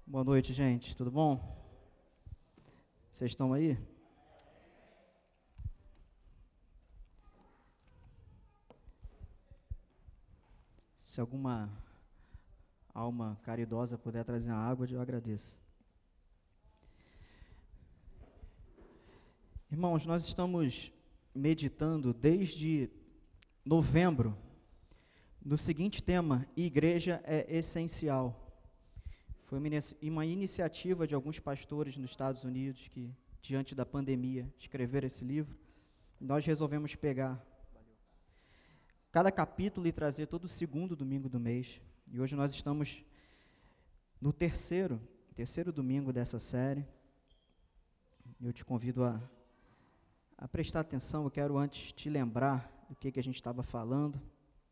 Boa noite, gente. Tudo bom? Vocês estão aí? Se alguma alma caridosa puder trazer uma água, eu agradeço. Irmãos, nós estamos meditando desde novembro no seguinte tema: igreja é essencial. Foi uma iniciativa de alguns pastores nos Estados Unidos que, diante da pandemia, escreveram esse livro. Nós resolvemos pegar cada capítulo e trazer todo o segundo domingo do mês. E hoje nós estamos no terceiro domingo dessa série. Eu te convido a prestar atenção. Eu quero antes te lembrar do que a gente estava falando.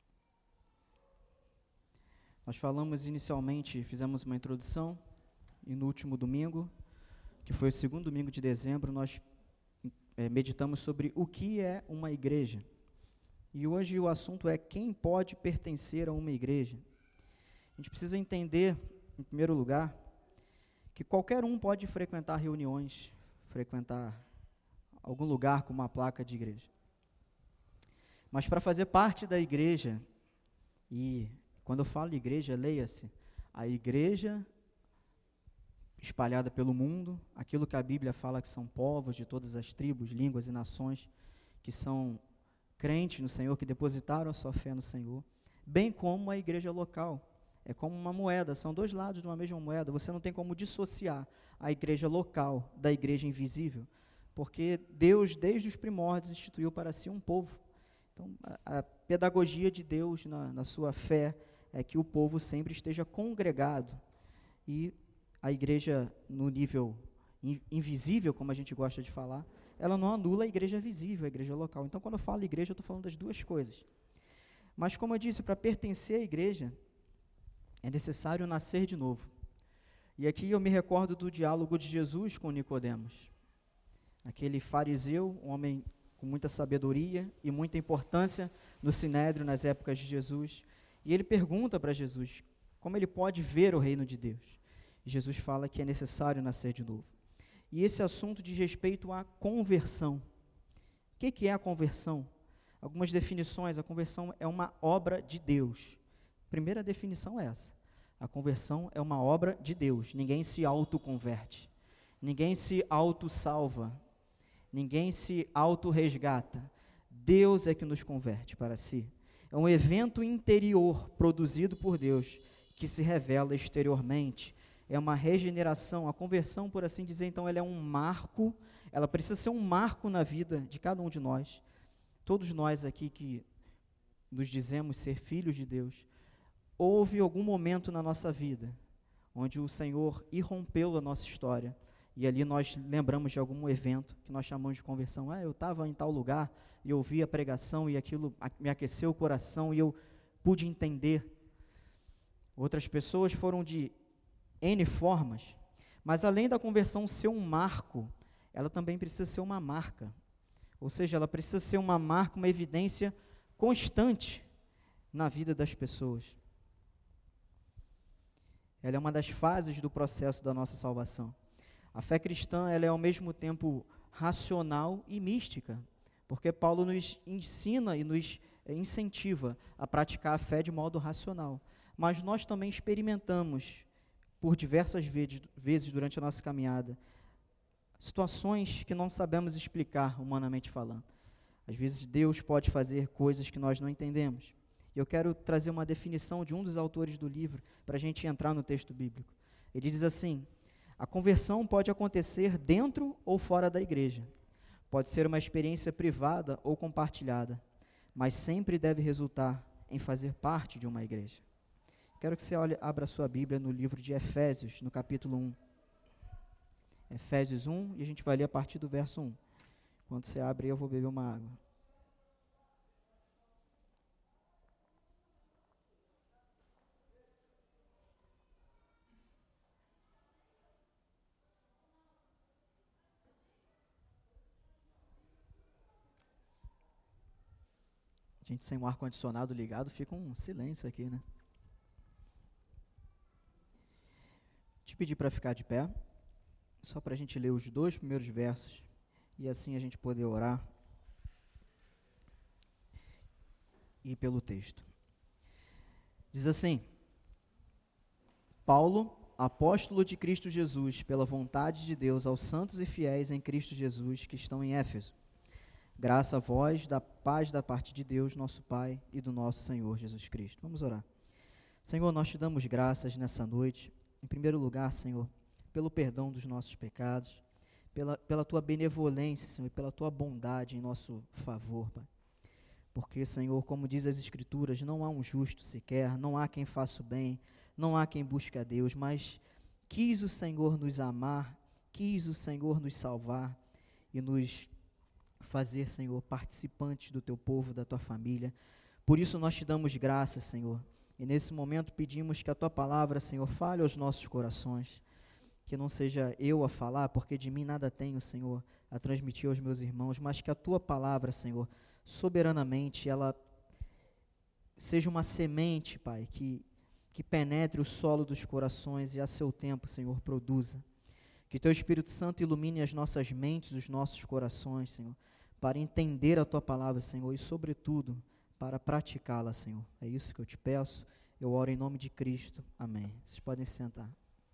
Nós falamos inicialmente, fizemos uma introdução, e no último domingo, que foi o segundo domingo de dezembro, nós meditamos sobre o que é uma igreja. E hoje o assunto é quem pode pertencer a uma igreja. A gente precisa entender, em primeiro lugar, que qualquer um pode frequentar reuniões, frequentar algum lugar com uma placa de igreja. Mas para fazer parte da igreja, e quando eu falo igreja, leia-se, a igreja espalhada pelo mundo, aquilo que a Bíblia fala que são povos de todas as tribos, línguas e nações, que são crentes no Senhor, que depositaram a sua fé no Senhor, bem como a igreja local. É como uma moeda, são dois lados de uma mesma moeda. Você não tem como dissociar a igreja local da igreja invisível, porque Deus, desde os primórdios, instituiu para si um povo. Então, a pedagogia de Deus na sua fé é que o povo sempre esteja congregado, e a igreja no nível invisível, como a gente gosta de falar, ela não anula a igreja visível, a igreja local. Então, quando eu falo igreja, eu estou falando das duas coisas. Mas, como eu disse, para pertencer à igreja, é necessário nascer de novo. E aqui eu me recordo do diálogo de Jesus com Nicodemos. Aquele fariseu, um homem com muita sabedoria e muita importância no Sinédrio, nas épocas de Jesus. E ele pergunta para Jesus como ele pode ver o reino de Deus. E Jesus fala que é necessário nascer de novo. E esse assunto diz respeito à conversão. O que é a conversão? Algumas definições: a conversão é uma obra de Deus. Primeira definição é essa: a conversão é uma obra de Deus. Ninguém se autoconverte, ninguém se autossalva, ninguém se autorresgata. Deus é que nos converte para si. É um evento interior produzido por Deus que se revela exteriormente. É uma regeneração. A conversão, por assim dizer, então, ela é um marco, ela precisa ser um marco na vida de cada um de nós. Todos nós aqui que nos dizemos ser filhos de Deus, houve algum momento na nossa vida onde o Senhor irrompeu a nossa história, e ali nós lembramos de algum evento que nós chamamos de conversão. Eu estava em tal lugar e ouvi a pregação e aquilo me aqueceu o coração e eu pude entender. Outras pessoas foram de N formas, mas além da conversão ser um marco, ela também precisa ser uma marca. Ou seja, ela precisa ser uma marca, uma evidência constante na vida das pessoas. Ela é uma das fases do processo da nossa salvação. A fé cristã, ela é ao mesmo tempo racional e mística, porque Paulo nos ensina e nos incentiva a praticar a fé de modo racional. Mas nós também experimentamos, por diversas vezes durante a nossa caminhada, situações que não sabemos explicar, humanamente falando. Às vezes Deus pode fazer coisas que nós não entendemos. Eu quero trazer uma definição de um dos autores do livro, para a gente entrar no texto bíblico. Ele diz assim: a conversão pode acontecer dentro ou fora da igreja. Pode ser uma experiência privada ou compartilhada, mas sempre deve resultar em fazer parte de uma igreja. Quero que você abra a sua Bíblia no livro de Efésios, no capítulo 1. Efésios 1, e a gente vai ler a partir do verso 1. Quando você abre, eu vou beber uma água. Gente, sem o ar-condicionado ligado, fica um silêncio aqui, né? pedir para ficar de pé, só para a gente ler os 2 primeiros versos e assim a gente poder orar e ir pelo texto. Diz assim: Paulo, apóstolo de Cristo Jesus, pela vontade de Deus, aos santos e fiéis em Cristo Jesus que estão em Éfeso. Graça a vós, da paz da parte de Deus, nosso Pai, e do nosso Senhor Jesus Cristo. Vamos orar. Senhor, nós te damos graças nessa noite, em primeiro lugar, Senhor, pelo perdão dos nossos pecados, pela tua benevolência, Senhor, e pela tua bondade em nosso favor, Pai. Porque, Senhor, como diz as Escrituras, não há um justo sequer, não há quem faça o bem, não há quem busque a Deus, mas quis o Senhor nos amar, quis o Senhor nos salvar e nos fazer, Senhor, participantes do teu povo, da tua família. Por isso nós te damos graças, Senhor, e nesse momento pedimos que a tua palavra, Senhor, fale aos nossos corações, que não seja eu a falar, porque de mim nada tenho, Senhor, a transmitir aos meus irmãos, mas que a tua palavra, Senhor, soberanamente, ela seja uma semente, Pai, que penetre o solo dos corações e a seu tempo, Senhor, produza. Que teu Espírito Santo ilumine as nossas mentes, os nossos corações, Senhor, para entender a tua palavra, Senhor, e sobretudo, para praticá-la, Senhor. É isso que eu te peço, eu oro em nome de Cristo. Amém. Vocês podem se sentar.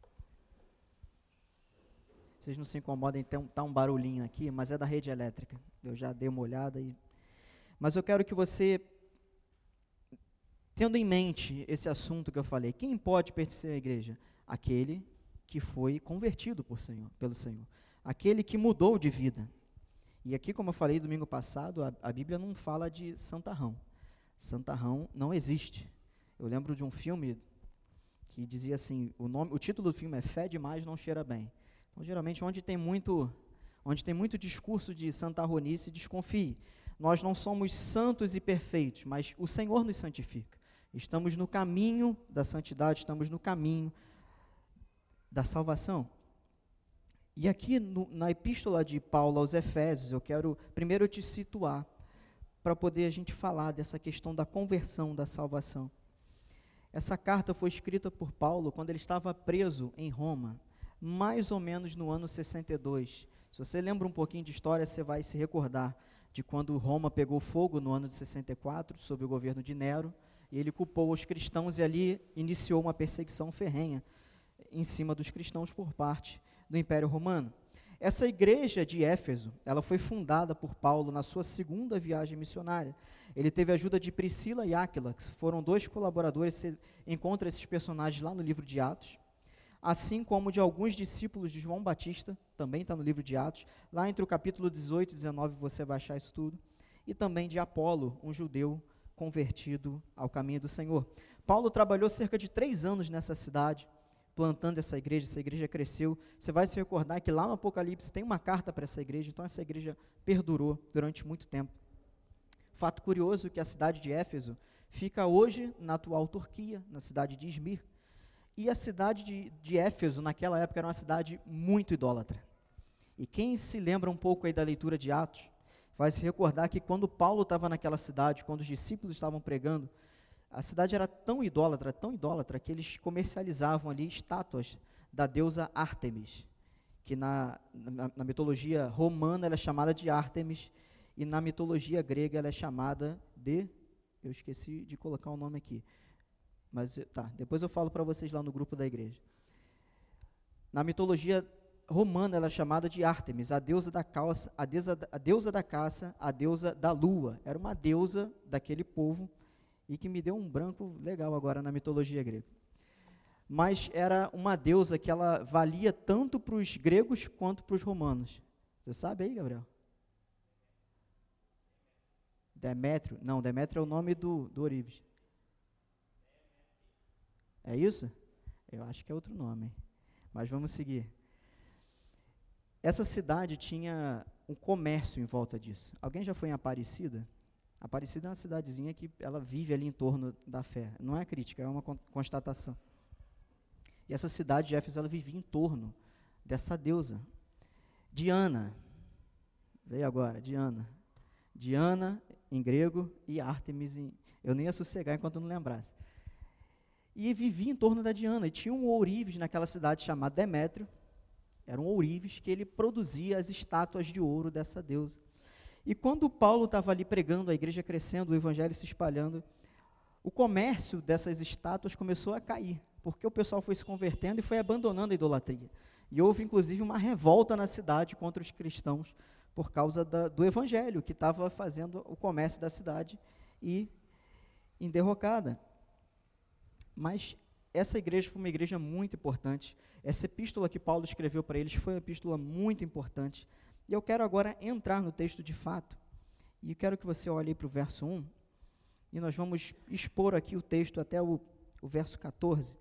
Vocês não se incomodem, tá um barulhinho aqui, mas é da rede elétrica. Eu já dei uma olhada e... Mas eu quero que você, tendo em mente esse assunto que eu falei, quem pode pertencer à igreja? Aquele que foi convertido pelo Senhor, aquele que mudou de vida. E aqui, como eu falei domingo passado, a Bíblia não fala de santarrão. Santarrão não existe. Eu lembro de um filme que dizia assim, o título do filme é Fé Demais Não Cheira Bem. Então, geralmente, onde tem muito discurso de santarronice, desconfie. Nós não somos santos e perfeitos, mas o Senhor nos santifica. Estamos no caminho da santidade, estamos no caminho da salvação. E aqui na epístola de Paulo aos Efésios, eu quero primeiro te situar, para poder a gente falar dessa questão da conversão, da salvação. Essa carta foi escrita por Paulo quando ele estava preso em Roma, mais ou menos no ano 62. Se você lembra um pouquinho de história, você vai se recordar de quando Roma pegou fogo no ano de 64, sob o governo de Nero, e ele culpou os cristãos e ali iniciou uma perseguição ferrenha em cima dos cristãos por parte do Império Romano. Essa igreja de Éfeso, ela foi fundada por Paulo na sua segunda viagem missionária. Ele teve a ajuda de Priscila e Áquila, que foram 2 colaboradores, você encontra esses personagens lá no livro de Atos, assim como de alguns discípulos de João Batista, também está no livro de Atos, lá entre o capítulo 18 e 19 você vai achar isso tudo, e também de Apolo, um judeu convertido ao caminho do Senhor. Paulo trabalhou cerca de 3 anos nessa cidade, plantando essa igreja cresceu. Você vai se recordar que lá no Apocalipse tem uma carta para essa igreja, então essa igreja perdurou durante muito tempo. Fato curioso que a cidade de Éfeso fica hoje na atual Turquia, na cidade de Izmir. E a cidade de Éfeso, naquela época, era uma cidade muito idólatra. E quem se lembra um pouco aí da leitura de Atos, vai se recordar que quando Paulo estava naquela cidade, quando os discípulos estavam pregando, a cidade era tão idólatra, que eles comercializavam ali estátuas da deusa Ártemis, que na mitologia romana ela é chamada de Ártemis, e na mitologia grega ela é chamada de... Eu esqueci de colocar o nome aqui. Mas, tá, depois eu falo para vocês lá no grupo da igreja. Na mitologia romana, ela é chamada de Ártemis, a deusa da caça, a deusa da caça, a deusa da lua. Era uma deusa daquele povo, e que me deu um branco legal agora na mitologia grega. Mas era uma deusa que ela valia tanto para os gregos quanto para os romanos. Você sabe aí, Gabriel? Demétrio? Não, Demétrio é o nome do Ourives. É isso? Eu acho que é outro nome, mas vamos seguir. Essa cidade tinha um comércio em volta disso. Alguém já foi em Aparecida? Aparecida é uma cidadezinha que ela vive ali em torno da fé. Não é crítica, é uma constatação. E essa cidade de Éfeso, ela vivia em torno dessa deusa. Diana, veio agora, Diana. Diana em grego e Ártemis eu nem ia sossegar enquanto não lembrasse. e vivia em torno da Diana. E tinha um ourives naquela cidade chamada Demétrio, era um ourives que ele produzia as estátuas de ouro dessa deusa. E quando Paulo estava ali pregando, a igreja crescendo, o evangelho se espalhando, o comércio dessas estátuas começou a cair, porque o pessoal foi se convertendo e foi abandonando a idolatria. E houve, inclusive, uma revolta na cidade contra os cristãos, por causa do evangelho, que estava fazendo o comércio da cidade ir em derrocada. Mas essa igreja foi uma igreja muito importante. Essa epístola que Paulo escreveu para eles foi uma epístola muito importante. E eu quero agora entrar no texto de fato. E eu quero que você olhe para o verso 1. E nós vamos expor aqui o texto até o verso 14.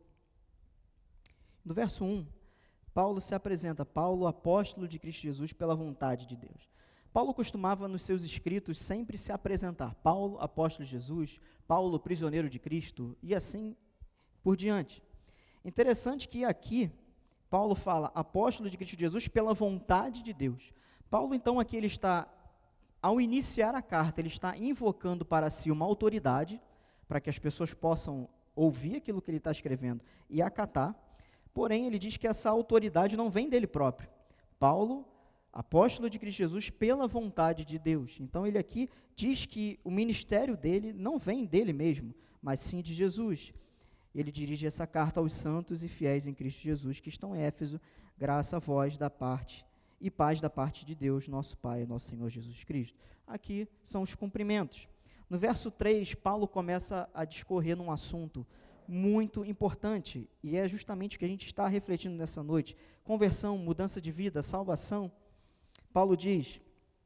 No verso 1, Paulo se apresenta, Paulo, apóstolo de Cristo Jesus, pela vontade de Deus. Paulo costumava, nos seus escritos, sempre se apresentar. Paulo, apóstolo de Jesus, Paulo, prisioneiro de Cristo, e assim por diante. Interessante que aqui, Paulo fala, apóstolo de Cristo Jesus, pela vontade de Deus. Paulo, então, aqui ele está, ao iniciar a carta, ele está invocando para si uma autoridade, para que as pessoas possam ouvir aquilo que ele está escrevendo e acatar. Porém, ele diz que essa autoridade não vem dele próprio. Paulo, apóstolo de Cristo Jesus, pela vontade de Deus. Então, ele aqui diz que o ministério dele não vem dele mesmo, mas sim de Jesus. Ele dirige essa carta aos santos e fiéis em Cristo Jesus, que estão em Éfeso, graça a vós da parte e paz da parte de Deus, nosso Pai, nosso Senhor Jesus Cristo. Aqui são os cumprimentos. No verso 3, Paulo começa a discorrer num assunto muito importante, e é justamente o que a gente está refletindo nessa noite: conversão, mudança de vida, salvação. Paulo diz: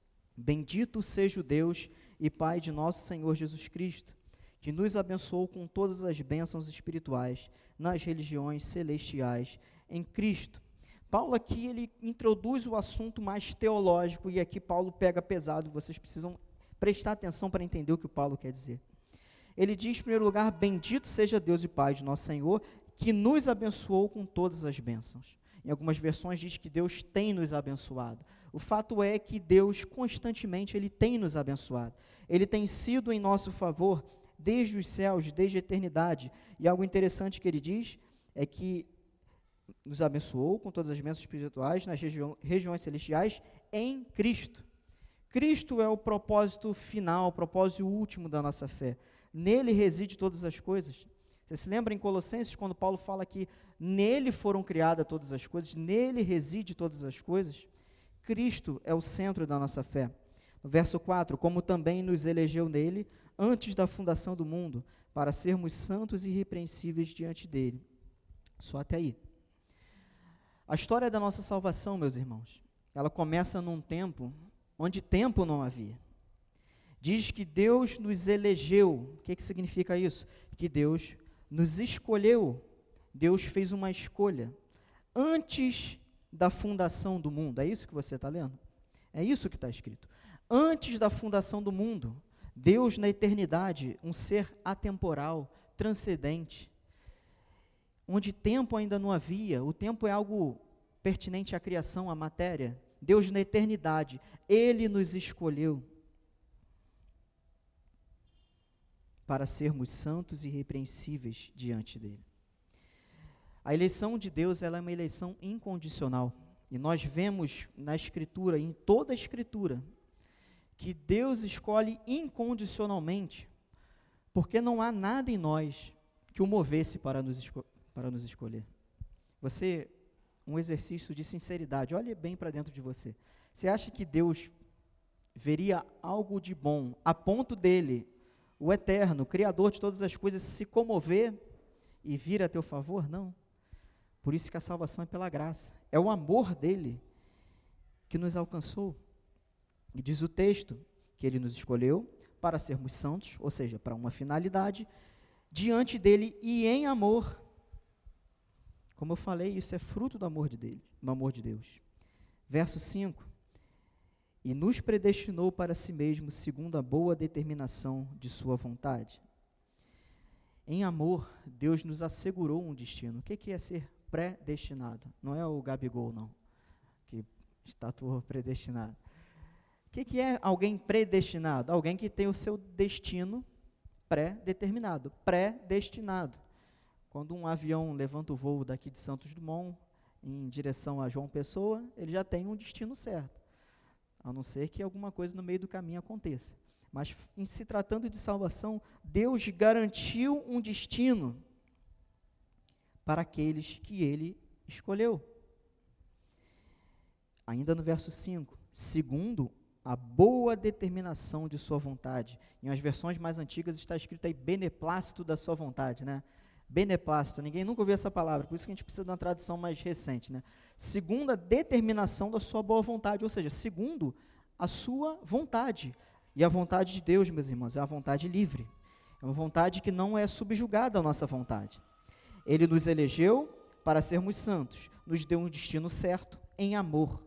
bendito seja o Deus e Pai de nosso Senhor Jesus Cristo, que nos abençoou com todas as bênçãos espirituais nas religiões celestiais em Cristo. Paulo aqui, ele introduz o assunto mais teológico, e aqui Paulo pega pesado, vocês precisam prestar atenção para entender o que o Paulo quer dizer. Ele diz, em primeiro lugar, bendito seja Deus e Pai de nosso Senhor, que nos abençoou com todas as bênçãos. Em algumas versões diz que Deus tem nos abençoado. O fato é que Deus constantemente, Ele tem nos abençoado. Ele tem sido em nosso favor desde os céus, desde a eternidade. E algo interessante que ele diz é que nos abençoou com todas as bênçãos espirituais nas regiões celestiais em Cristo. Cristo é o propósito final, o propósito último da nossa fé. Nele reside todas as coisas. Você se lembra em Colossenses, quando Paulo fala que nele foram criadas todas as coisas, nele reside todas as coisas? Cristo é o centro da nossa fé. No verso 4, como também nos elegeu nele, antes da fundação do mundo, para sermos santos e irrepreensíveis diante dele. Só até aí. A história da nossa salvação, meus irmãos, ela começa num tempo onde tempo não havia. Diz que Deus nos elegeu. O que significa isso? Que Deus nos escolheu. Deus fez uma escolha antes da fundação do mundo. É isso que você está lendo? É isso que está escrito. Antes da fundação do mundo, Deus na eternidade, um ser atemporal, transcendente, onde tempo ainda não havia. O tempo é algo pertinente à criação, à matéria. Deus na eternidade, Ele nos escolheu para sermos santos e irrepreensíveis diante dEle. A eleição de Deus, ela é uma eleição incondicional. E nós vemos na Escritura, em toda a Escritura, que Deus escolhe incondicionalmente, porque não há nada em nós que o movesse para nos escolher. Você, um exercício de sinceridade, olhe bem para dentro de você. Você acha que Deus veria algo de bom, a ponto dele, o eterno, o criador de todas as coisas, se comover e vir a teu favor? Não. Por isso que a salvação é pela graça. É o amor dele que nos alcançou. E diz o texto que ele nos escolheu para sermos santos, ou seja, para uma finalidade, diante dele e em amor. Como eu falei, isso é fruto do amor de Deus. Verso 5. E nos predestinou para si mesmo, segundo a boa determinação de sua vontade. Em amor, Deus nos assegurou um destino. O que é ser predestinado? Não é o Gabigol, não, que estatuou predestinado. O que é alguém predestinado? Alguém que tem o seu destino pré-determinado, predestinado. Quando um avião levanta o voo daqui de Santos Dumont em direção a João Pessoa, ele já tem um destino certo, a não ser que alguma coisa no meio do caminho aconteça. Mas, em se tratando de salvação, Deus garantiu um destino para aqueles que Ele escolheu. Ainda no verso 5, segundo a boa determinação de sua vontade. Em umas versões mais antigas está escrito aí, beneplácito da sua vontade, né? Beneplácito, ninguém nunca ouviu essa palavra, por isso que a gente precisa de uma tradução mais recente, né? Segundo a determinação da sua boa vontade, ou seja, segundo a sua vontade. E a vontade de Deus, meus irmãos, é uma vontade livre. É uma vontade que não é subjugada à nossa vontade. Ele nos elegeu para sermos santos, nos deu um destino certo em amor.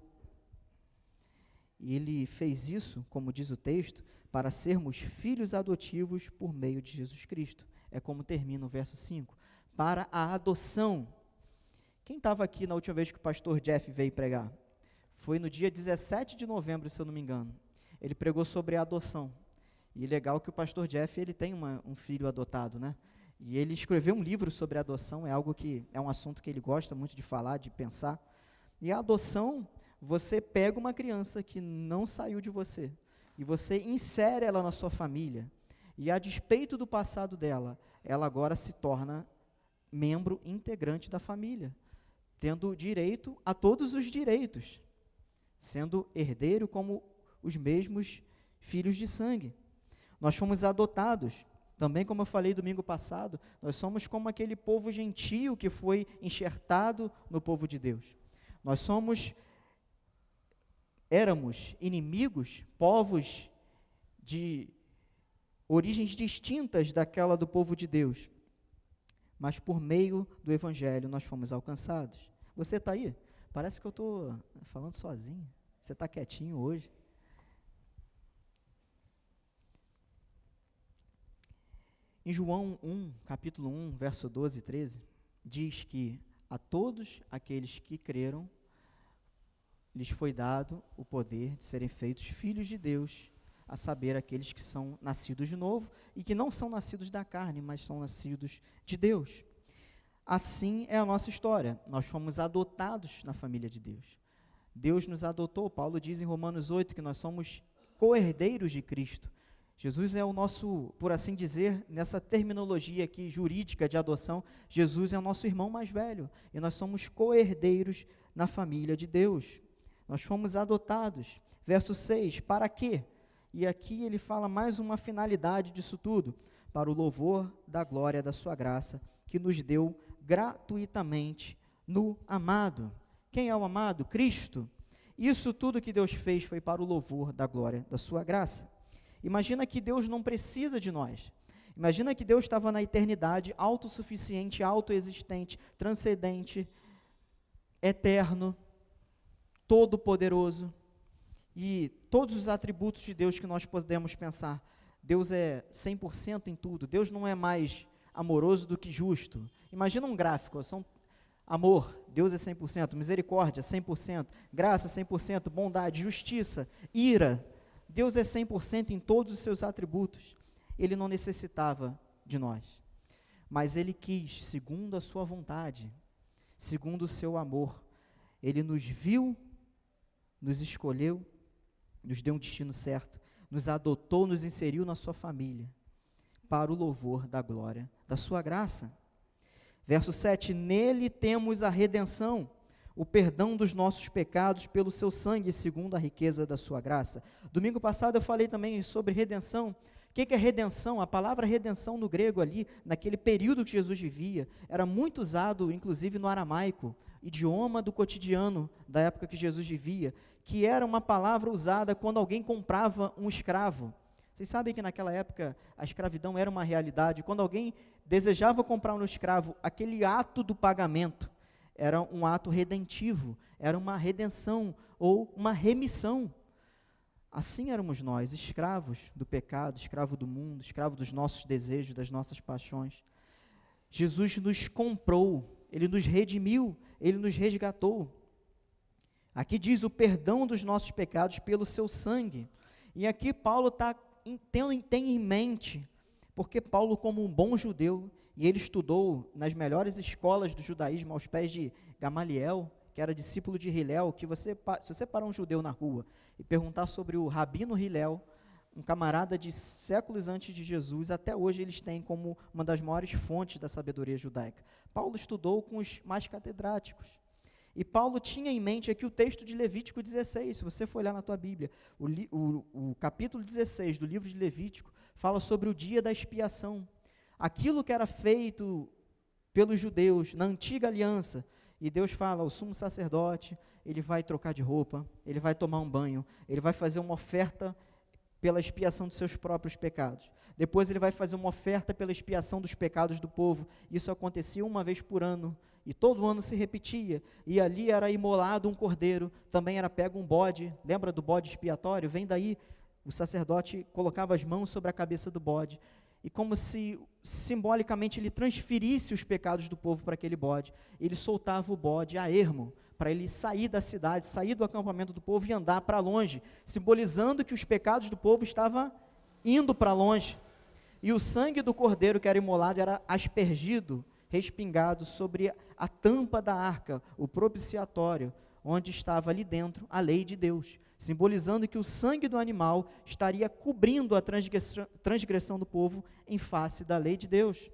E Ele fez isso, como diz o texto, para sermos filhos adotivos por meio de Jesus Cristo. É como termina o verso 5. Para a adoção. Quem estava aqui na última vez que o pastor Jeff veio pregar? Foi no dia 17 de novembro, se eu não me engano. Ele pregou sobre a adoção. E legal que o pastor Jeff, ele tem um filho adotado, né? E ele escreveu um livro sobre a adoção, é um assunto que ele gosta muito de falar, de pensar. E a adoção, você pega uma criança que não saiu de você, e você insere ela na sua família, e a despeito do passado dela, ela agora se torna membro integrante da família, tendo direito a todos os direitos, sendo herdeiro como os mesmos filhos de sangue. Nós fomos adotados, também como eu falei domingo passado, nós somos como aquele povo gentio que foi enxertado no povo de Deus. Nós éramos inimigos, povos de origens distintas daquela do povo de Deus, mas por meio do Evangelho nós fomos alcançados. Você está aí? Parece que eu estou falando sozinho. Você está quietinho hoje. Em João 1, capítulo 1, verso 12 e 13, diz que a todos aqueles que creram, lhes foi dado o poder de serem feitos filhos de Deus, a saber, aqueles que são nascidos de novo e que não são nascidos da carne, mas são nascidos de Deus. Assim é a nossa história, nós fomos adotados na família de Deus. Deus nos adotou, Paulo diz em Romanos 8 que nós somos co-herdeiros de Cristo. Jesus é o nosso, por assim dizer, nessa terminologia aqui jurídica de adoção, Jesus é o nosso irmão mais velho, e nós somos co-herdeiros na família de Deus. Nós fomos adotados. Verso 6, para quê? E aqui ele fala mais uma finalidade disso tudo, para o louvor da glória da sua graça, que nos deu gratuitamente no amado. Quem é o amado? Cristo. Isso tudo que Deus fez foi para o louvor da glória da sua graça. Imagina que Deus não precisa de nós. Imagina que Deus estava na eternidade, autossuficiente, autoexistente, transcendente, eterno, todo-poderoso, e todos os atributos de Deus que nós podemos pensar. Deus é 100% em tudo. Deus não é mais amoroso do que justo. Imagina um gráfico, amor, Deus é 100%, misericórdia, 100%, graça, 100%, bondade, justiça, ira. Deus é 100% em todos os seus atributos. Ele não necessitava de nós, mas Ele quis, segundo a sua vontade, segundo o seu amor. Ele nos viu, nos escolheu, nos deu um destino certo, nos adotou, nos inseriu na sua família, para o louvor da glória da sua graça. Verso 7, nele temos a redenção, o perdão dos nossos pecados pelo seu sangue, segundo a riqueza da sua graça. Domingo passado eu falei também sobre redenção. O que é redenção? A palavra redenção no grego ali, naquele período que Jesus vivia, era muito usado, inclusive no aramaico, idioma do cotidiano da época que Jesus vivia, que era uma palavra usada quando alguém comprava um escravo. Vocês sabem que naquela época a escravidão era uma realidade. Quando alguém desejava comprar um escravo, aquele ato do pagamento era um ato redentivo, era uma redenção ou uma remissão. Assim éramos nós, escravos do pecado, escravo do mundo, escravo dos nossos desejos, das nossas paixões. Jesus nos comprou, Ele nos redimiu, Ele nos resgatou. Aqui diz o perdão dos nossos pecados pelo seu sangue. E aqui Paulo tem em mente, porque Paulo, como um bom judeu, e ele estudou nas melhores escolas do judaísmo, aos pés de Gamaliel, que era discípulo de Hilel, que se você parar um judeu na rua e perguntar sobre o Rabino Hilel, um camarada de séculos antes de Jesus, até hoje eles têm como uma das maiores fontes da sabedoria judaica. Paulo estudou com os mais catedráticos. E Paulo tinha em mente aqui o texto de Levítico 16, se você for olhar na tua Bíblia, o capítulo 16 do livro de Levítico fala sobre o dia da expiação. Aquilo que era feito pelos judeus na antiga aliança, e Deus fala, o sumo sacerdote, ele vai trocar de roupa, ele vai tomar um banho, ele vai fazer uma oferta pela expiação dos seus próprios pecados. Depois ele vai fazer uma oferta pela expiação dos pecados do povo. Isso acontecia uma vez por ano, e todo ano se repetia, e ali era imolado um cordeiro, também era pego um bode, lembra do bode expiatório? Vem daí, o sacerdote colocava as mãos sobre a cabeça do bode, e como se simbolicamente ele transferisse os pecados do povo para aquele bode, ele soltava o bode a ermo, para ele sair da cidade, sair do acampamento do povo e andar para longe, simbolizando que os pecados do povo estavam indo para longe, e o sangue do cordeiro que era imolado era aspergido, respingado sobre a tampa da arca, o propiciatório, onde estava ali dentro a lei de Deus, simbolizando que o sangue do animal estaria cobrindo a transgressão do povo em face da lei de Deus.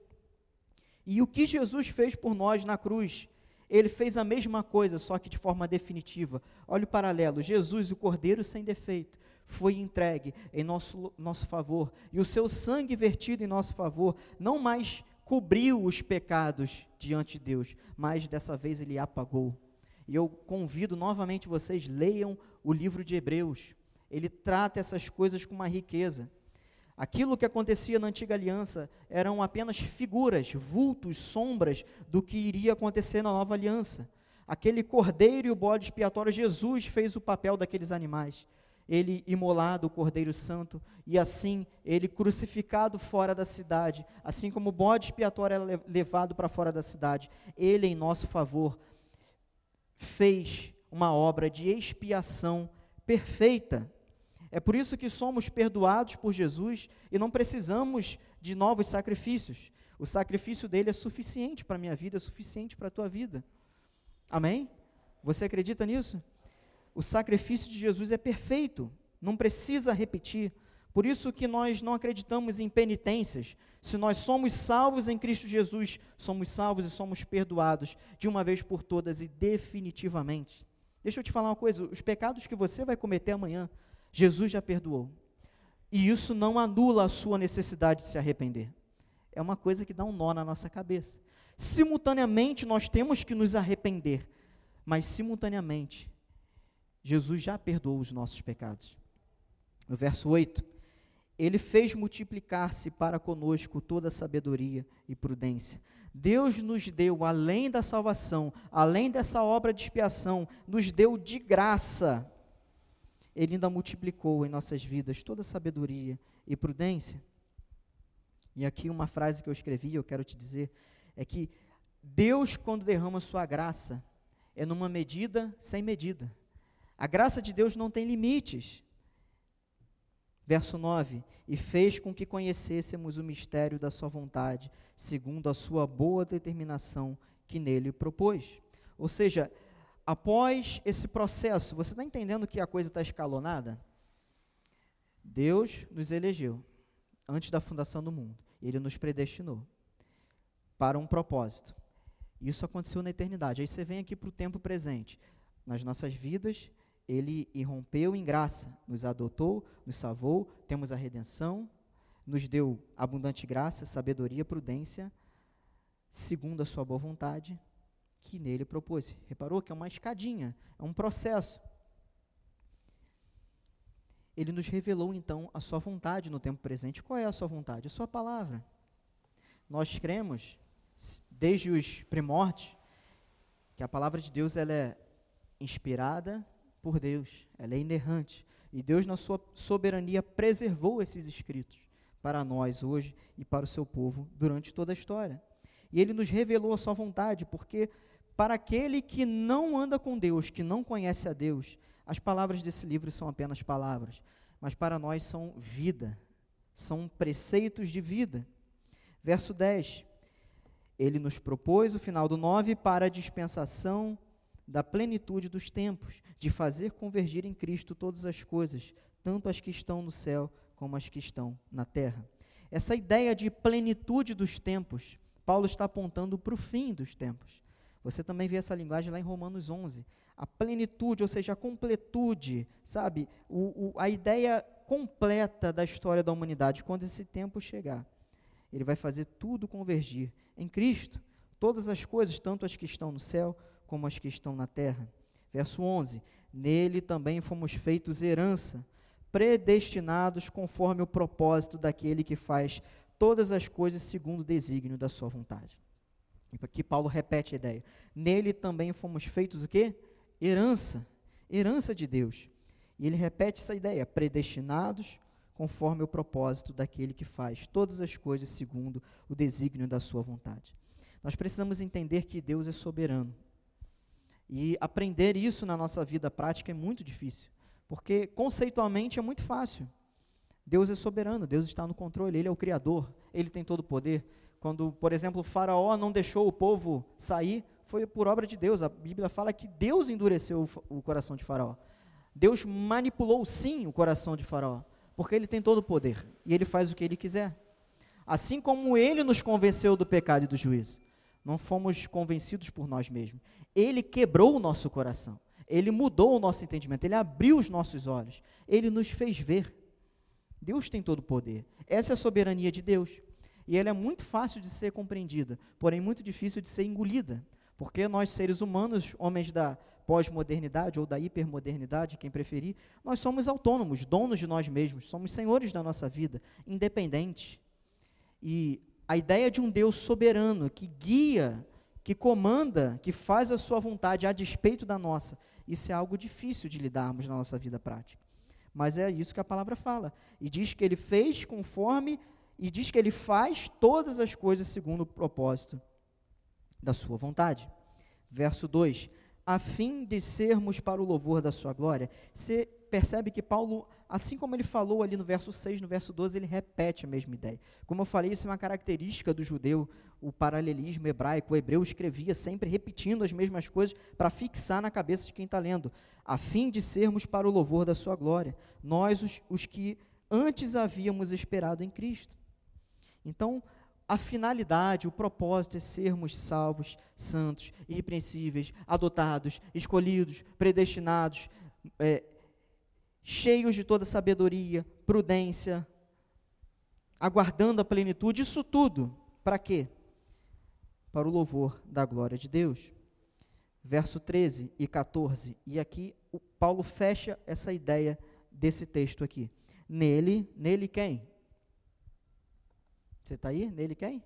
E o que Jesus fez por nós na cruz? Ele fez a mesma coisa, só que de forma definitiva. Olha o paralelo, Jesus, o Cordeiro sem defeito, foi entregue em nosso favor, e o seu sangue vertido em nosso favor, não mais cobriu os pecados diante de Deus, mas dessa vez ele apagou. E eu convido novamente vocês, leiam o livro de Hebreus, ele trata essas coisas com uma riqueza. Aquilo que acontecia na antiga aliança eram apenas figuras, vultos, sombras do que iria acontecer na nova aliança. Aquele cordeiro e o bode expiatório, Jesus fez o papel daqueles animais. Ele imolado, o Cordeiro Santo, e assim, ele crucificado fora da cidade, assim como o bode expiatório é levado para fora da cidade, ele em nosso favor fez uma obra de expiação perfeita. É por isso que somos perdoados por Jesus e não precisamos de novos sacrifícios. O sacrifício dele é suficiente para a minha vida, é suficiente para a tua vida. Amém? Você acredita nisso? O sacrifício de Jesus é perfeito, não precisa repetir. Por isso que nós não acreditamos em penitências. Se nós somos salvos em Cristo Jesus, somos salvos e somos perdoados de uma vez por todas e definitivamente. Deixa eu te falar uma coisa, os pecados que você vai cometer amanhã, Jesus já perdoou. E isso não anula a sua necessidade de se arrepender. É uma coisa que dá um nó na nossa cabeça. Simultaneamente nós temos que nos arrepender, mas simultaneamente Jesus já perdoou os nossos pecados. No verso 8, ele fez multiplicar-se para conosco toda sabedoria e prudência. Deus nos deu, além da salvação, além dessa obra de expiação, nos deu de graça. Ele ainda multiplicou em nossas vidas toda sabedoria e prudência. E aqui uma frase que eu escrevi, eu quero te dizer, é que Deus, quando derrama sua graça, é numa medida sem medida. A graça de Deus não tem limites. Verso 9, e fez com que conhecêssemos o mistério da sua vontade, segundo a sua boa determinação que nele propôs. Ou seja, após esse processo, você está entendendo que a coisa está escalonada? Deus nos elegeu antes da fundação do mundo. Ele nos predestinou para um propósito. Isso aconteceu na eternidade. Aí você vem aqui para o tempo presente. Nas nossas vidas, ele irrompeu em graça, nos adotou, nos salvou, temos a redenção, nos deu abundante graça, sabedoria, prudência, segundo a sua boa vontade, que nele propôs. Reparou que é uma escadinha, é um processo. Ele nos revelou, então, a sua vontade no tempo presente. Qual é a sua vontade? A sua palavra. Nós cremos, desde os primórdios, que a palavra de Deus ela é inspirada por Deus, ela é inerrante. E Deus, na sua soberania, preservou esses escritos para nós hoje e para o seu povo durante toda a história. E ele nos revelou a sua vontade, porque para aquele que não anda com Deus, que não conhece a Deus, as palavras desse livro são apenas palavras, mas para nós são vida, são preceitos de vida. Verso 10, Ele nos propôs, o final do 9, para a dispensação da plenitude dos tempos, de fazer convergir em Cristo todas as coisas, tanto as que estão no céu como as que estão na terra. Essa ideia de plenitude dos tempos, Paulo está apontando para o fim dos tempos. Você também vê essa linguagem lá em Romanos 11. A plenitude, ou seja, a completude, sabe? A ideia completa da história da humanidade, quando esse tempo chegar. Ele vai fazer tudo convergir em Cristo, todas as coisas, tanto as que estão no céu, como as que estão na terra. Verso 11, nele também fomos feitos herança, predestinados conforme o propósito daquele que faz todas as coisas segundo o desígnio da sua vontade. E aqui Paulo repete a ideia. Nele também fomos feitos o quê? Herança, herança de Deus. E ele repete essa ideia, predestinados conforme o propósito daquele que faz todas as coisas segundo o desígnio da sua vontade. Nós precisamos entender que Deus é soberano. E aprender isso na nossa vida prática é muito difícil, porque conceitualmente é muito fácil. Deus é soberano, Deus está no controle, Ele é o Criador, Ele tem todo o poder. Quando, por exemplo, o faraó não deixou o povo sair, foi por obra de Deus. A Bíblia fala que Deus endureceu o coração de faraó. Deus manipulou sim o coração de faraó, porque Ele tem todo o poder, e Ele faz o que Ele quiser. Assim como Ele nos convenceu do pecado e do juízo, não fomos convencidos por nós mesmos. Ele quebrou o nosso coração, Ele mudou o nosso entendimento, Ele abriu os nossos olhos, Ele nos fez ver. Deus tem todo o poder. Essa é a soberania de Deus. E ela é muito fácil de ser compreendida, porém muito difícil de ser engolida, porque nós, seres humanos, homens da pós-modernidade ou da hipermodernidade, quem preferir, nós somos autônomos, donos de nós mesmos, somos senhores da nossa vida, independentes. E a ideia de um Deus soberano, que guia, que comanda, que faz a sua vontade a despeito da nossa, isso é algo difícil de lidarmos na nossa vida prática. Mas é isso que a palavra fala. E diz que Ele fez conforme, e diz que Ele faz todas as coisas segundo o propósito da sua vontade. Verso 2, a fim de sermos para o louvor da sua glória. Você percebe que Paulo, assim como ele falou ali no verso 6, no verso 12, ele repete a mesma ideia. Como eu falei, isso é uma característica do judeu, o paralelismo hebraico. O hebreu escrevia sempre repetindo as mesmas coisas para fixar na cabeça de quem está lendo. A fim de sermos para o louvor da sua glória. Nós, os que antes havíamos esperado em Cristo. Então, a finalidade, o propósito é sermos salvos, santos, irrepreensíveis, adotados, escolhidos, predestinados, cheios de toda sabedoria, prudência, aguardando a plenitude, isso tudo, para quê? Para o louvor da glória de Deus. Verso 13 e 14, e aqui Paulo fecha essa ideia desse texto aqui. Nele quem? Você está aí? Nele quem?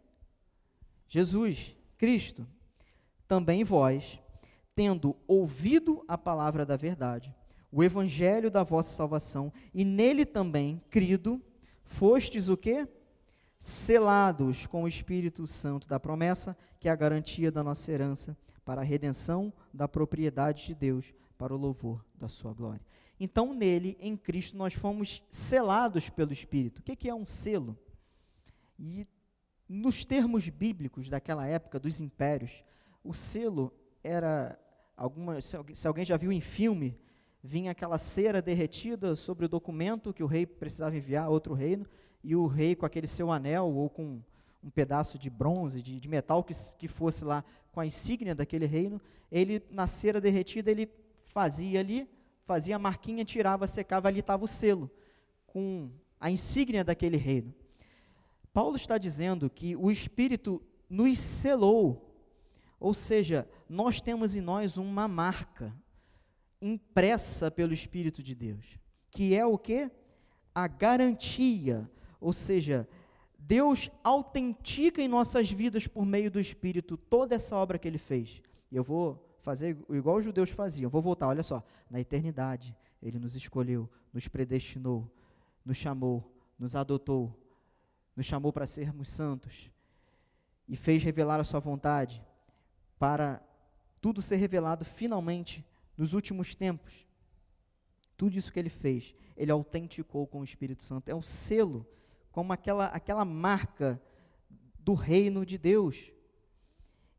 Jesus, Cristo. Também vós, tendo ouvido a palavra da verdade, o evangelho da vossa salvação, e nele também crido, fostes o quê? Selados com o Espírito Santo da promessa, que é a garantia da nossa herança, para a redenção da propriedade de Deus, para o louvor da sua glória. Então, nele, em Cristo, nós fomos selados pelo Espírito. O que é um selo? E nos termos bíblicos daquela época, dos impérios, o selo era, se alguém já viu em filme, vinha aquela cera derretida sobre o documento que o rei precisava enviar a outro reino, e o rei com aquele seu anel, ou com um pedaço de bronze, de metal que fosse lá, com a insígnia daquele reino, ele, na cera derretida, ele fazia ali, fazia a marquinha, tirava, secava, ali estava o selo, com a insígnia daquele reino. Paulo está dizendo que o Espírito nos selou, ou seja, nós temos em nós uma marca impressa pelo Espírito de Deus, que é o quê? A garantia, ou seja, Deus autentica em nossas vidas por meio do Espírito toda essa obra que Ele fez. E eu vou fazer igual os judeus faziam, eu vou voltar, olha só, na eternidade, Ele nos escolheu, nos predestinou, nos chamou, nos adotou, nos chamou para sermos santos e fez revelar a sua vontade para tudo ser revelado finalmente nos últimos tempos. Tudo isso que Ele fez, Ele autenticou com o Espírito Santo. É o selo, como aquela marca do reino de Deus.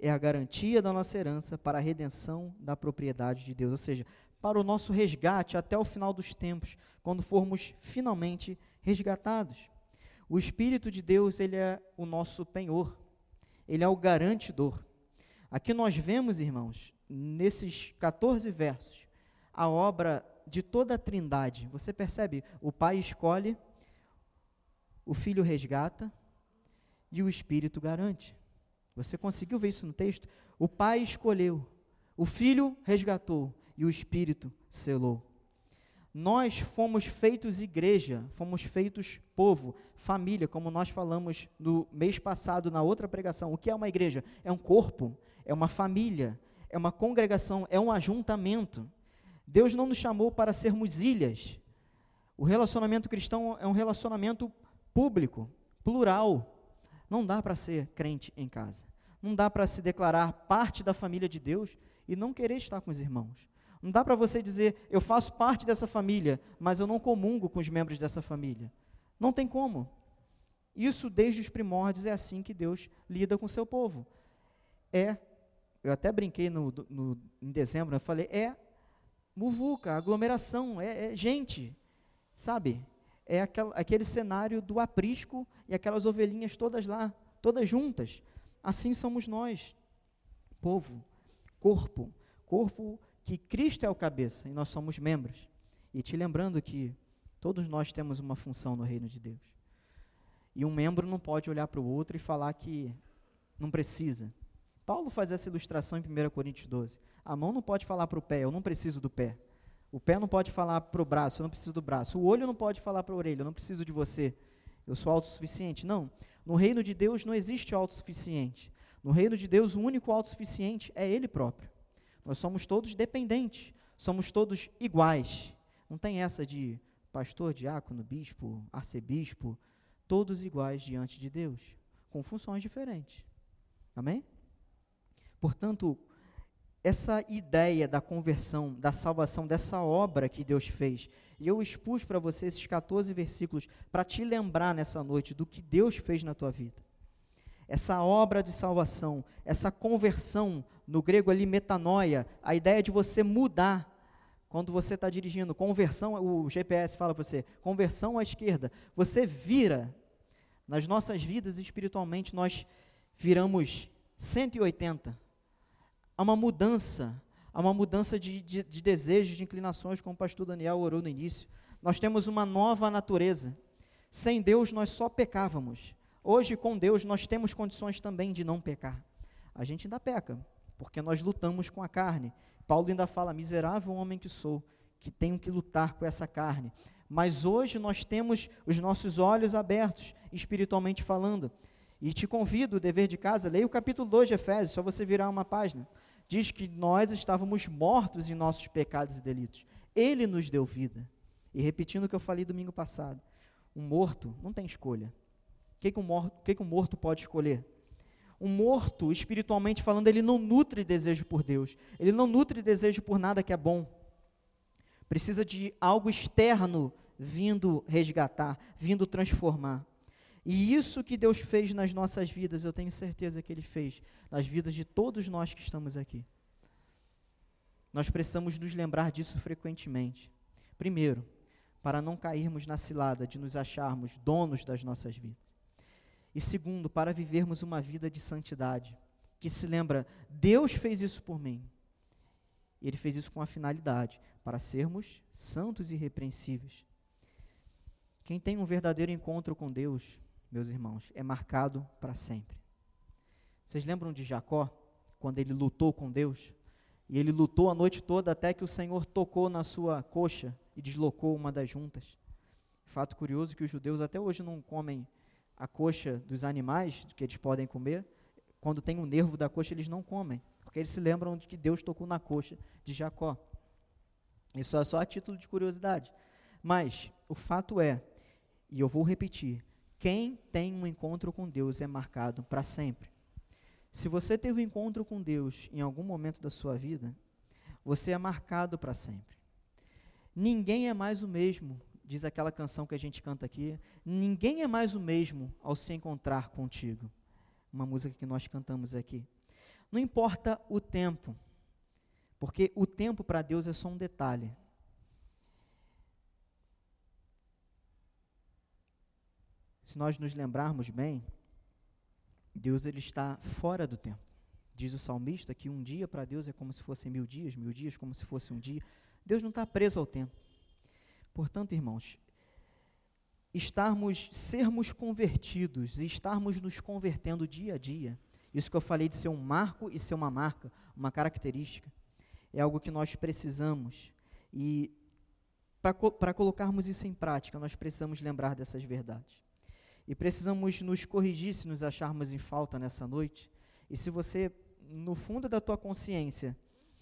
é a garantia da nossa herança para a redenção da propriedade de Deus, ou seja, para o nosso resgate até o final dos tempos, quando formos finalmente resgatados. O Espírito de Deus, ele é o nosso penhor, ele é o garantidor. Aqui nós vemos, irmãos, nesses 14 versos, a obra de toda a Trindade. Você percebe? O Pai escolhe, o Filho resgata e o Espírito garante. Você conseguiu ver isso no texto? O Pai escolheu, o Filho resgatou e o Espírito selou. Nós fomos feitos igreja, fomos feitos povo, família, como nós falamos no mês passado na outra pregação. O que é uma igreja? É um corpo, é uma família, é uma congregação, é um ajuntamento. Deus não nos chamou para sermos ilhas. O relacionamento cristão é um relacionamento público, plural. Não dá para ser crente em casa. Não dá para se declarar parte da família de Deus e não querer estar com os irmãos. Não dá para você dizer, eu faço parte dessa família, mas eu não comungo com os membros dessa família. Não tem como. Isso, desde os primórdios, é assim que Deus lida com o seu povo. Eu até brinquei em dezembro, eu falei, muvuca, aglomeração, é gente, sabe? É aquele cenário do aprisco e aquelas ovelhinhas todas lá, todas juntas. Assim somos nós, povo, corpo que Cristo é o cabeça e nós somos membros. E te lembrando que todos nós temos uma função no reino de Deus. E um membro não pode olhar para o outro e falar que não precisa. Paulo faz essa ilustração em 1 Coríntios 12. A mão não pode falar para o pé, eu não preciso do pé. O pé não pode falar para o braço, eu não preciso do braço. O olho não pode falar para a orelha, eu não preciso de você. Eu sou autossuficiente. Não. No reino de Deus não existe autossuficiente. No reino de Deus, o único autossuficiente é Ele próprio. Nós somos todos dependentes, somos todos iguais. Não tem essa de pastor, diácono, bispo, arcebispo, todos iguais diante de Deus, com funções diferentes. Amém? Portanto, essa ideia da conversão, da salvação, dessa obra que Deus fez, e eu expus para você esses 14 versículos para te lembrar nessa noite do que Deus fez na tua vida. Essa obra de salvação, essa conversão, no grego ali metanoia, a ideia de você mudar, quando você está dirigindo, conversão, o GPS fala para você, conversão à esquerda, você vira, nas nossas vidas espiritualmente, nós viramos 180, há uma mudança de desejos, de inclinações, como o pastor Daniel orou no início. Nós temos uma nova natureza. Sem Deus nós só pecávamos. Hoje com Deus nós temos condições também de não pecar. A gente ainda peca, porque nós lutamos com a carne. Paulo ainda fala, miserável homem que sou, que tenho que lutar com essa carne. Mas hoje nós temos os nossos olhos abertos, espiritualmente falando. E te convido, o dever de casa, leia o capítulo 2 de Efésios, só você virar uma página. Diz que nós estávamos mortos em nossos pecados e delitos. Ele nos deu vida. E repetindo o que eu falei domingo passado, um morto não tem escolha. O que um morto pode escolher? Um morto, espiritualmente falando, ele não nutre desejo por Deus. Ele não nutre desejo por nada que é bom. Precisa de algo externo vindo resgatar, vindo transformar. E isso que Deus fez nas nossas vidas, eu tenho certeza que Ele fez nas vidas de todos nós que estamos aqui. Nós precisamos nos lembrar disso frequentemente. Primeiro, para não cairmos na cilada de nos acharmos donos das nossas vidas. E segundo, para vivermos uma vida de santidade, que se lembra, Deus fez isso por mim. Ele fez isso com a finalidade, para sermos santos e irrepreensíveis. Quem tem um verdadeiro encontro com Deus, meus irmãos, é marcado para sempre. Vocês lembram de Jacó, quando ele lutou com Deus? E ele lutou a noite toda até que o Senhor tocou na sua coxa e deslocou uma das juntas. Fato curioso que os judeus até hoje não comem a coxa dos animais, que eles podem comer. Quando tem o nervo da coxa, eles não comem, porque eles se lembram de que Deus tocou na coxa de Jacó. Isso é só a título de curiosidade. Mas o fato é, e eu vou repetir, quem tem um encontro com Deus é marcado para sempre. Se você teve um encontro com Deus em algum momento da sua vida, você é marcado para sempre. Ninguém é mais o mesmo, diz aquela canção que a gente canta aqui, ninguém é mais o mesmo ao se encontrar contigo. Uma música que nós cantamos aqui. Não importa o tempo, porque o tempo para Deus é só um detalhe. Se nós nos lembrarmos bem, Deus ele está fora do tempo. Diz o salmista que um dia para Deus é como se fossem 1000 dias como se fosse um dia. Deus não está preso ao tempo. Portanto, irmãos, sermos convertidos e estarmos nos convertendo dia a dia, isso que eu falei de ser um marco e ser uma marca, uma característica, é algo que nós precisamos. E para colocarmos isso em prática, nós precisamos lembrar dessas verdades. E precisamos nos corrigir se nos acharmos em falta nessa noite. E se você, no fundo da tua consciência,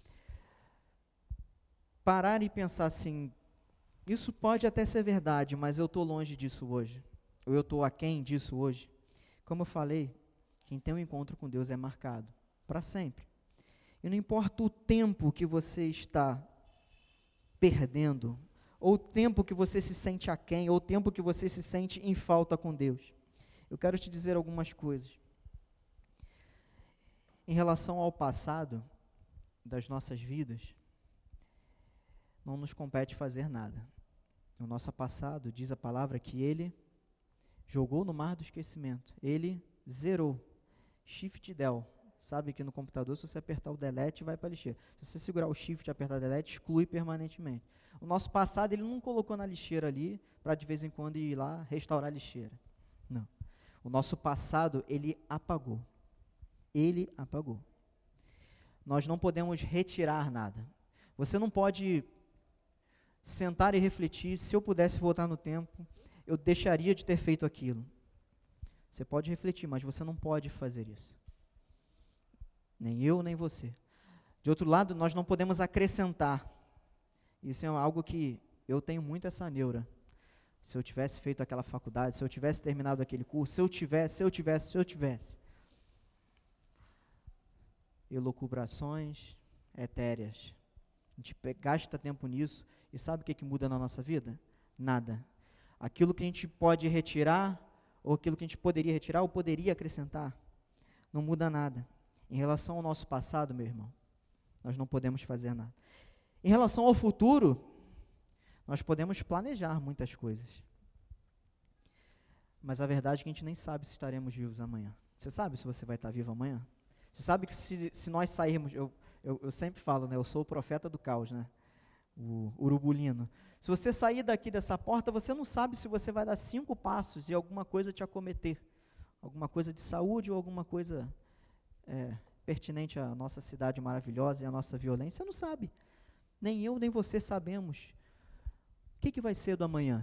parar e pensar assim, isso pode até ser verdade, mas eu estou longe disso hoje, ou eu estou aquém disso hoje. Como eu falei, quem tem um encontro com Deus é marcado para sempre. E não importa o tempo que você está perdendo, ou o tempo que você se sente aquém, ou o tempo que você se sente em falta com Deus. Eu quero te dizer algumas coisas. Em relação ao passado das nossas vidas, não nos compete fazer nada. O nosso passado, diz a palavra, que ele jogou no mar do esquecimento. Ele zerou. Shift del. Sabe que no computador, se você apertar o delete, vai para a lixeira. Se você segurar o shift e apertar o delete, exclui permanentemente. O nosso passado, ele não colocou na lixeira ali, para de vez em quando ir lá restaurar a lixeira. Não. O nosso passado, ele apagou. Ele apagou. Nós não podemos retirar nada. Você não pode sentar e refletir, se eu pudesse voltar no tempo, eu deixaria de ter feito aquilo. Você pode refletir, mas você não pode fazer isso. Nem eu, nem você. De outro lado, nós não podemos acrescentar. Isso é algo que eu tenho muito essa neura. Se eu tivesse feito aquela faculdade, se eu tivesse terminado aquele curso, se eu tivesse. Elucubrações etéreas. A gente gasta tempo nisso e sabe o que muda na nossa vida? Nada. Aquilo que a gente pode retirar, ou aquilo que a gente poderia retirar, ou poderia acrescentar, não muda nada. Em relação ao nosso passado, meu irmão, nós não podemos fazer nada. Em relação ao futuro, nós podemos planejar muitas coisas. Mas a verdade é que a gente nem sabe se estaremos vivos amanhã. Você sabe se você vai estar vivo amanhã? Você sabe que se nós sairmos, eu sempre falo, né, eu sou o profeta do caos, né, o urubulino. Se você sair daqui dessa porta, você não sabe se você vai dar 5 passos e alguma coisa te acometer. Alguma coisa de saúde ou alguma coisa pertinente à nossa cidade maravilhosa e à nossa violência, você não sabe. Nem eu, nem você sabemos. O que vai ser do amanhã?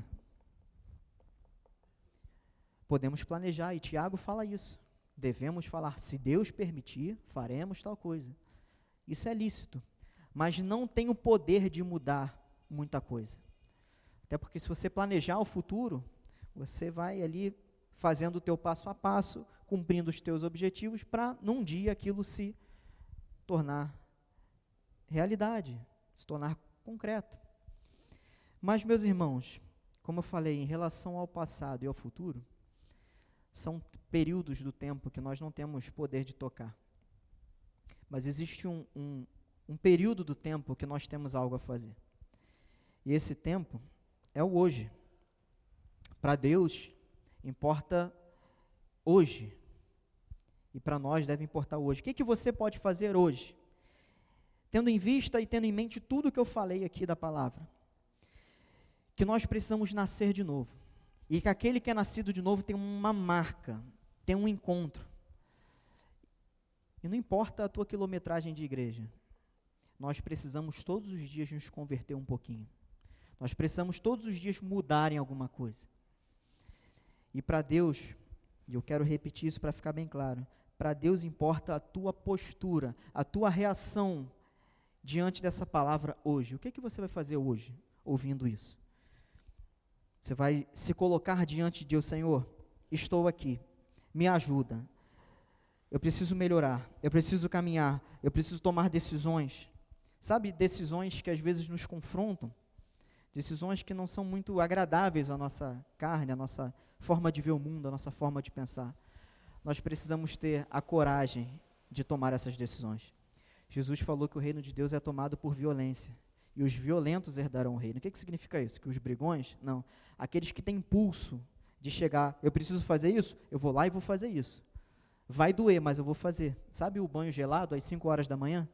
Podemos planejar, e Tiago fala isso. Devemos falar, se Deus permitir, faremos tal coisa. Isso é lícito, mas não tem o poder de mudar muita coisa. Até porque se você planejar o futuro, você vai ali fazendo o teu passo a passo, cumprindo os teus objetivos, para num dia aquilo se tornar realidade, se tornar concreto. Mas, meus irmãos, como eu falei, em relação ao passado e ao futuro, são períodos do tempo que nós não temos poder de tocar. Mas existe um período do tempo que nós temos algo a fazer. E esse tempo é o hoje. Para Deus, importa hoje. E para nós deve importar hoje. O que você pode fazer hoje? Tendo em vista e tendo em mente tudo que eu falei aqui da palavra. Que nós precisamos nascer de novo. E que aquele que é nascido de novo tem uma marca, tem um encontro. E não importa a tua quilometragem de igreja, nós precisamos todos os dias nos converter um pouquinho. Nós precisamos todos os dias mudar em alguma coisa. E para Deus, e eu quero repetir isso para ficar bem claro, para Deus importa a tua postura, a tua reação diante dessa palavra hoje. O que você vai fazer hoje, ouvindo isso? Você vai se colocar diante de Deus, Senhor, estou aqui, me ajuda, eu preciso melhorar, eu preciso caminhar, eu preciso tomar decisões, sabe, decisões que às vezes nos confrontam, decisões que não são muito agradáveis à nossa carne, à nossa forma de ver o mundo, à nossa forma de pensar. Nós precisamos ter a coragem de tomar essas decisões. Jesus falou que o reino de Deus é tomado por violência, e os violentos herdarão o reino. O que significa isso? Que os brigões? Não. Aqueles que têm impulso de chegar, eu preciso fazer isso, eu vou lá e vou fazer isso. Vai doer, mas eu vou fazer. Sabe o banho gelado às 5 horas da manhã?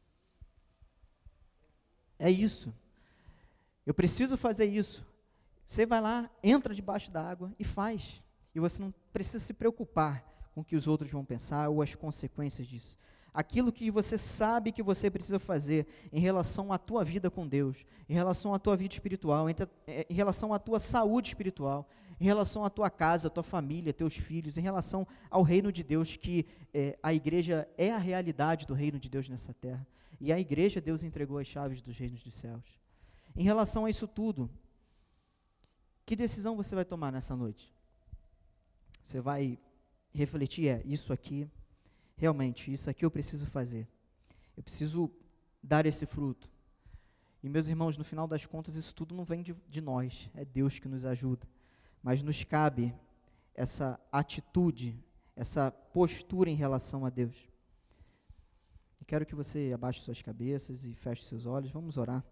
É isso. Eu preciso fazer isso. Você vai lá, entra debaixo da água e faz. E você não precisa se preocupar com o que os outros vão pensar ou as consequências disso. Aquilo que você sabe que você precisa fazer em relação à tua vida com Deus, em relação à tua vida espiritual, em relação à tua saúde espiritual, em relação à tua casa, à tua família, teus filhos, em relação ao reino de Deus, que a igreja é a realidade do reino de Deus nessa terra. E a igreja, Deus entregou as chaves dos reinos dos céus. Em relação a isso tudo, que decisão você vai tomar nessa noite? Você vai refletir, isso aqui, realmente, isso aqui eu preciso fazer. Eu preciso dar esse fruto. E meus irmãos, no final das contas, isso tudo não vem de nós, é Deus que nos ajuda. Mas nos cabe essa atitude, essa postura em relação a Deus. Eu quero que você abaixe suas cabeças e feche seus olhos, vamos orar.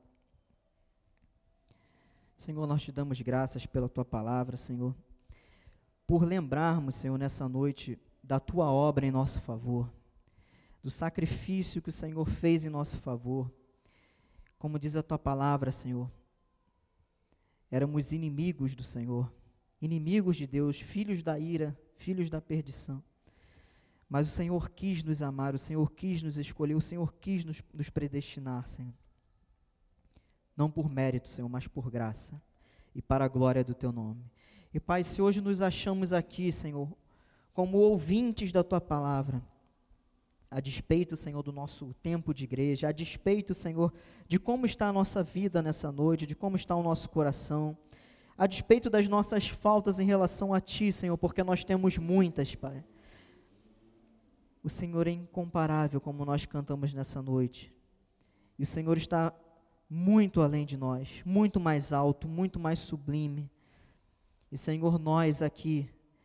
Senhor, nós te damos graças pela tua palavra, Senhor, por lembrarmos, Senhor, nessa noite, da tua obra em nosso favor, do sacrifício que o Senhor fez em nosso favor. Como diz a tua palavra, Senhor, éramos inimigos do Senhor, inimigos de Deus, filhos da ira, filhos da perdição. Mas o Senhor quis nos amar, o Senhor quis nos escolher, o Senhor quis nos predestinar, Senhor. Não por mérito, Senhor, mas por graça e para a glória do teu nome. E Pai, se hoje nos achamos aqui, Senhor, como ouvintes da tua palavra, a despeito, Senhor, do nosso tempo de igreja, a despeito, Senhor, de como está a nossa vida nessa noite, de como está o nosso coração, a despeito das nossas faltas em relação a Ti, Senhor, porque nós temos muitas, Pai. O Senhor é incomparável, como nós cantamos nessa noite, e o Senhor está muito além de nós, muito mais alto, muito mais sublime. E, Senhor, nós aqui,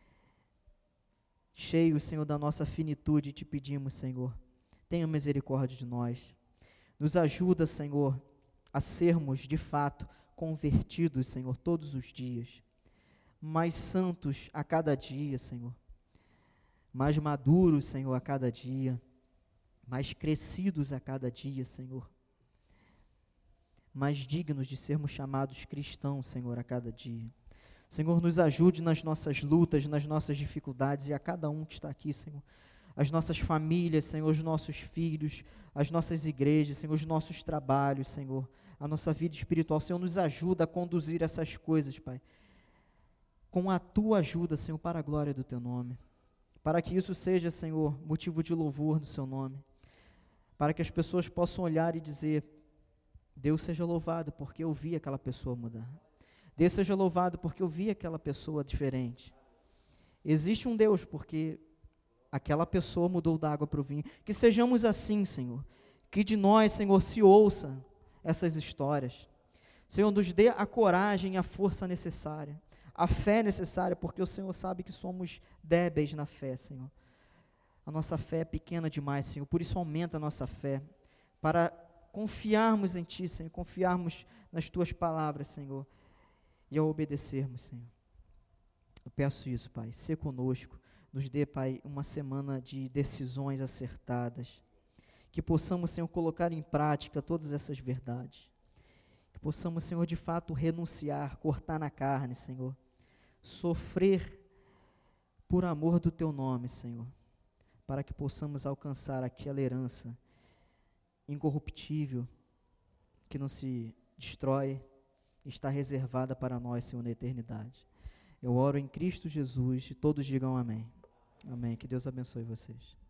cheios, Senhor, da nossa finitude, te pedimos, Senhor, tenha misericórdia de nós. Nos ajuda, Senhor, a sermos, de fato, convertidos, Senhor, todos os dias. Mais santos a cada dia, Senhor. Mais maduros, Senhor, a cada dia. Mais crescidos a cada dia, Senhor. Mais dignos de sermos chamados cristãos, Senhor, a cada dia. Senhor, nos ajude nas nossas lutas, nas nossas dificuldades, e a cada um que está aqui, Senhor, as nossas famílias, Senhor, os nossos filhos, as nossas igrejas, Senhor, os nossos trabalhos, Senhor, a nossa vida espiritual. Senhor, nos ajuda a conduzir essas coisas, Pai, com a Tua ajuda, Senhor, para a glória do Teu nome, para que isso seja, Senhor, motivo de louvor do Seu nome, para que as pessoas possam olhar e dizer: Deus seja louvado, porque eu vi aquela pessoa mudar. Deus seja louvado, porque eu vi aquela pessoa diferente. Existe um Deus, porque aquela pessoa mudou da água para o vinho. Que sejamos assim, Senhor. Que de nós, Senhor, se ouça essas histórias. Senhor, nos dê a coragem e a força necessária, a fé necessária, porque o Senhor sabe que somos débeis na fé, Senhor. A nossa fé é pequena demais, Senhor, por isso aumenta a nossa fé, para confiarmos em Ti, Senhor, confiarmos nas Tuas palavras, Senhor, e a obedecermos, Senhor. Eu peço isso, Pai, sê conosco, nos dê, Pai, uma semana de decisões acertadas, que possamos, Senhor, colocar em prática todas essas verdades, que possamos, Senhor, de fato renunciar, cortar na carne, Senhor, sofrer por amor do Teu nome, Senhor, para que possamos alcançar aquela herança incorruptível, que não se destrói, está reservada para nós, Senhor, na eternidade. Eu oro em Cristo Jesus e todos digam amém. Amém. Que Deus abençoe vocês.